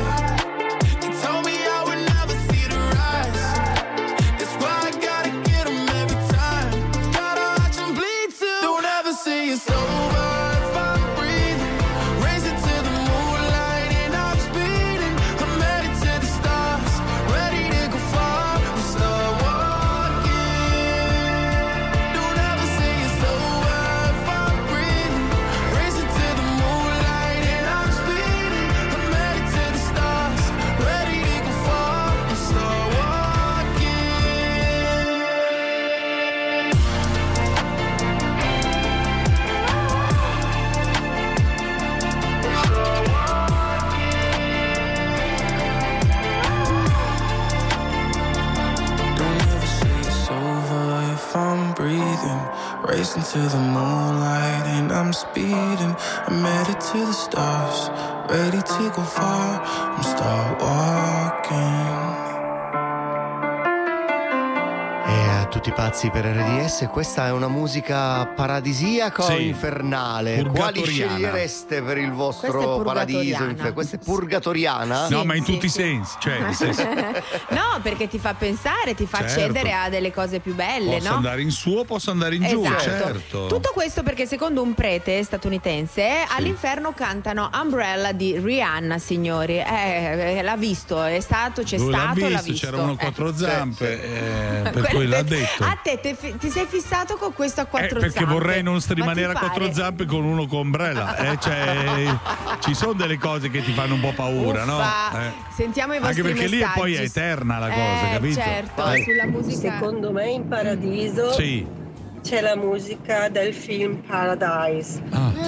It's over if I'm breathing. Raise it to the moonlight and I'm speeding. I'm headed to the stars, ready to go far. We'll start walking. Don't ever say it's over if I'm breathing. Raise it to the moonlight and I'm speeding. I'm headed to the stars, ready to go far. We'll start walking. If I'm breathing, racing to the moonlight and I'm speeding. I'm headed to the stars, ready to go far. I'm start walking. Tutti pazzi per RDS, questa è una musica paradisiaca o infernale? Quali scegliereste per il vostro paradiso? Questa è purgatoriana? No, ma in tutti i sensi. Cioè, no, perché ti fa pensare, ti fa accedere a delle cose più belle. Posso andare in su o posso andare in giù, certo. Tutto questo perché secondo un prete statunitense all'inferno cantano Umbrella di Rihanna, signori. L'ha visto, c'è stato, l'ha visto. C'era uno quattro zampe, per cui l'ha detto. Certo. A te ti sei fissato con questo a quattro zampe. Perché vorrei non rimanere a quattro zampe con uno con ombrella. Cioè, ci sono delle cose che ti fanno un po' paura, no? Sentiamo i vostri messaggi. Anche perché messaggi. lì poi è eterna la cosa, capito? Certo, sulla musica. Secondo me in Paradiso c'è la musica del film Paradise.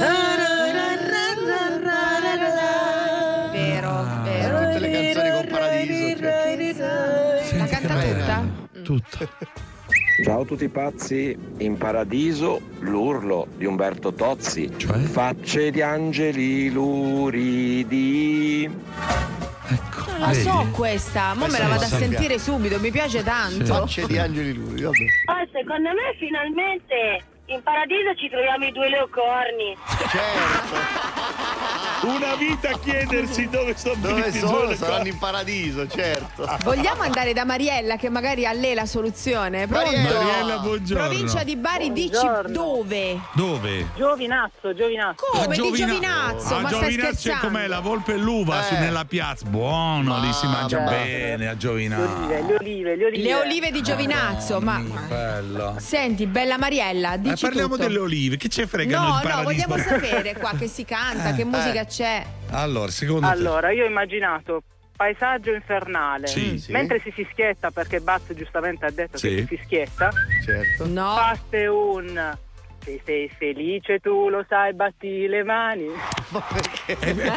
Vero. Tutte le canzoni con Paradiso. La canta tutta. Ciao a tutti pazzi, in Paradiso l'urlo di Umberto Tozzi, facce di angeli luridi. Non la so questa, me la vado a sentire subito, mi piace tanto. Facce di angeli luridi, vabbè. Secondo me finalmente in Paradiso ci troviamo i 2 leocorni. Certo. Una vita a chiedersi dove sono. Saranno in Paradiso, certo. Vogliamo andare da Mariella che magari ha lei la soluzione. Pronto? Mariella, buongiorno. Provincia di Bari, dici dove? Giovinazzo. Come di Giovinazzo? Ma stai scherzando? Com'è la volpe e l'uva nella piazza? Buono, lì si mangia bene a Giovinazzo. Le olive di Giovinazzo, ma bello. Senti, bella Mariella, dici parliamo tutto. delle olive, che ci fregano il Paradiso? No, vogliamo sapere qua che si canta, che musica c'è. Allora, secondo te? Io ho immaginato paesaggio infernale. Mentre si fischietta, perché Baz giustamente ha detto che si fischietta. Certo. No. Parte un se sei felice tu lo sai, batti le mani. Ma perché?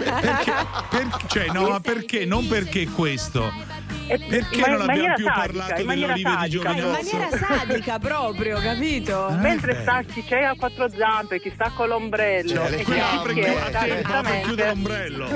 Perché? Non perché questo. Perché non abbiamo più parlato delle olive di Giovinazzo? In maniera sadica proprio, capito? Mentre c'è a quattro zampe, chi sta con l'ombrello e quello per chiudere l'ombrello.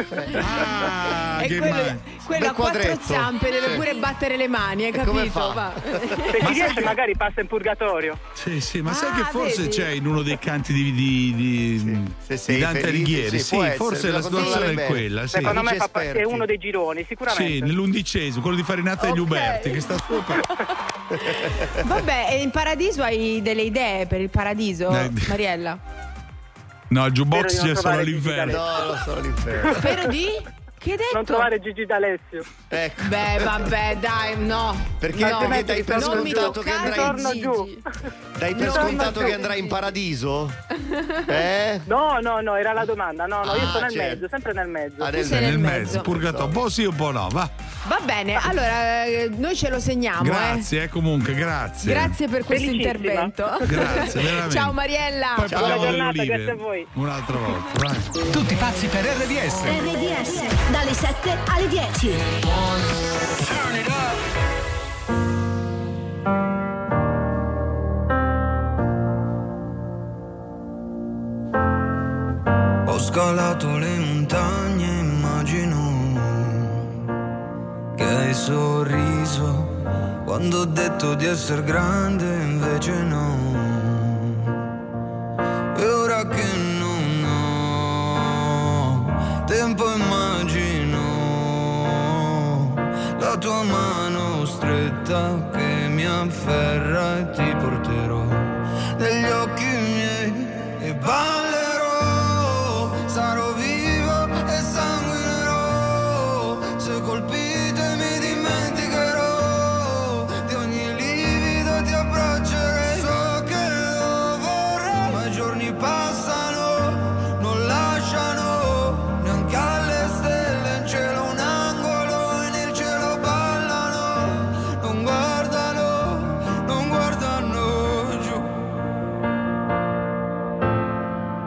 Quello a quattro zampe deve pure battere le mani, hai capito? Se ci riesce magari passa in purgatorio. Sì, ma sai che forse c'è in uno dei canti di Dante Alighieri? Sì, forse la situazione è quella. Secondo me è uno dei gironi, sicuramente. Sì, nell'11°, quello di Farinata e gli Uberti, che sta sopra. Vabbè, e in Paradiso hai delle idee per il Paradiso, Mariella? No, il jukebox c'è solo all'inferno. No, non solo all'inferno. Spero di... Che hai detto? Non trovare Gigi D'Alessio. Ecco. Beh, vabbè, dai, no. Perché dai per scontato che andrai giù. Dai per scontato che andrai in Paradiso? No, era la domanda. No, io sto nel mezzo, sempre nel mezzo. Sei nel mezzo. Purgatorio, un po' sì, un po' no, va. Va bene, allora noi ce lo segniamo. Grazie, comunque, grazie. Grazie per questo intervento. Grazie, veramente. Ciao Mariella. Poi buona giornata, grazie a voi. Un'altra volta, vai. Tutti pazzi per RDS. RDS, dalle 7 alle 10. Ho scalato le montagne, immagino che hai sorriso quando ho detto di essere grande, invece no. E ora che non ho tempo, immagino la tua mano stretta che mi afferra e ti porterò negli occhi miei e ballerò, sarò vivo e sanguinerò, se colpite mi dimenticherò, di ogni livido ti abbraccerei, so che lo vorrei, ma i giorni passano, non lasciano neanche alle stelle in cielo un angolo e nel cielo ballano, non guardano giù.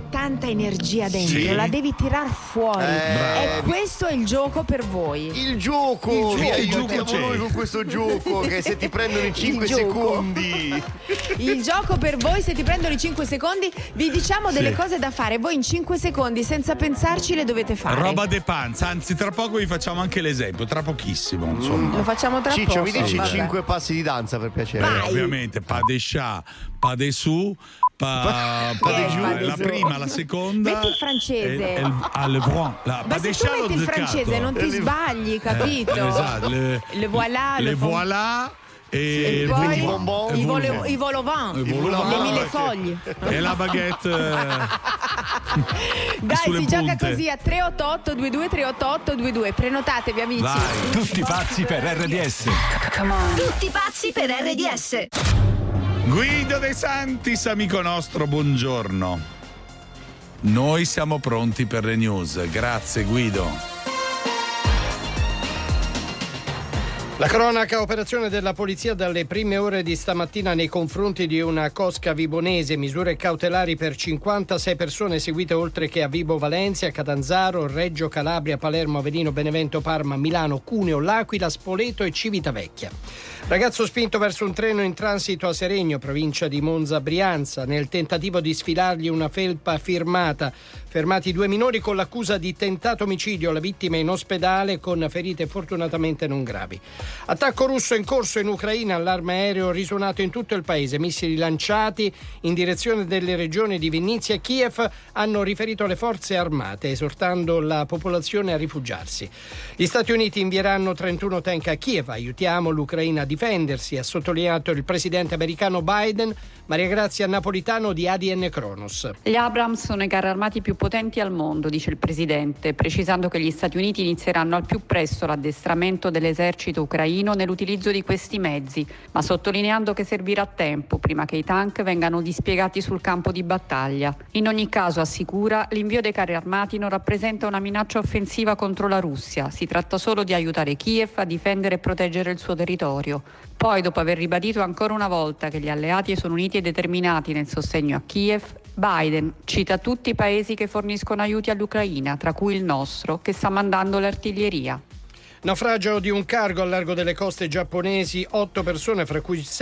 tanta energia dentro, la devi tirar fuori. E questo è il gioco per voi. Il gioco! Vi aiutiamo noi con questo gioco che se ti prendono i 5 secondi. Il gioco per voi, se ti prendono i 5 secondi, vi diciamo delle cose da fare. Voi in 5 secondi, senza pensarci, le dovete fare. Roba de panza, anzi tra poco vi facciamo anche l'esempio, tra pochissimo, insomma. Lo facciamo tra poco. Ciccio, mi dici 5 passi di danza per piacere? Ovviamente, pas de chat, pas de sous, pas de giù, la prima, la seconda. Metti il francese. Ma se tu metti il francese non ti sbagli, capito? Esatto. Le voilà. Le voilà. E poi i volovant, le mille foglie e la baguette. Dai, si gioca così a 388 22 388 22. Prenotatevi, amici. Vai, tutti pazzi per RDS. Tutti pazzi per RDS. Guido De Santis, amico nostro, buongiorno. Noi siamo pronti per le news. Grazie Guido. La cronaca operazione della polizia dalle prime ore di stamattina nei confronti di una cosca vibonese, misure cautelari per 56 persone eseguite oltre che a Vibo Valencia, Catanzaro, Reggio Calabria, Palermo, Avellino, Benevento, Parma, Milano, Cuneo, L'Aquila, Spoleto e Civitavecchia. Ragazzo spinto verso un treno in transito a Seregno, provincia di Monza, Brianza, nel tentativo di sfilargli una felpa firmata. Fermati 2 minori con l'accusa di tentato omicidio, la vittima in ospedale con ferite fortunatamente non gravi. Attacco russo in corso in Ucraina, allarme aereo risuonato in tutto il paese, missili lanciati in direzione delle regioni di Vinnytsia e Kiev, hanno riferito le forze armate, esortando la popolazione a rifugiarsi. Gli Stati Uniti invieranno 31 tank a Kiev, aiutiamo l'Ucraina a difendersi, ha sottolineato il presidente americano Biden. Maria Grazia Napolitano di ADN Kronos. Gli Abrams sono i carri armati più potenti al mondo, dice il presidente, precisando che gli Stati Uniti inizieranno al più presto l'addestramento dell'esercito ucraino nell'utilizzo di questi mezzi, ma sottolineando che servirà tempo prima che i tank vengano dispiegati sul campo di battaglia. In ogni caso, assicura, l'invio dei carri armati non rappresenta una minaccia offensiva contro la Russia, si tratta solo di aiutare Kiev a difendere e proteggere il suo territorio. Poi, dopo aver ribadito ancora una volta che gli alleati sono uniti e determinati nel sostegno a Kiev, Biden cita tutti i paesi che forniscono aiuti all'Ucraina, tra cui il nostro, che sta mandando l'artiglieria. Naufragio di un cargo al largo delle coste giapponesi, 8 persone, fra cui 6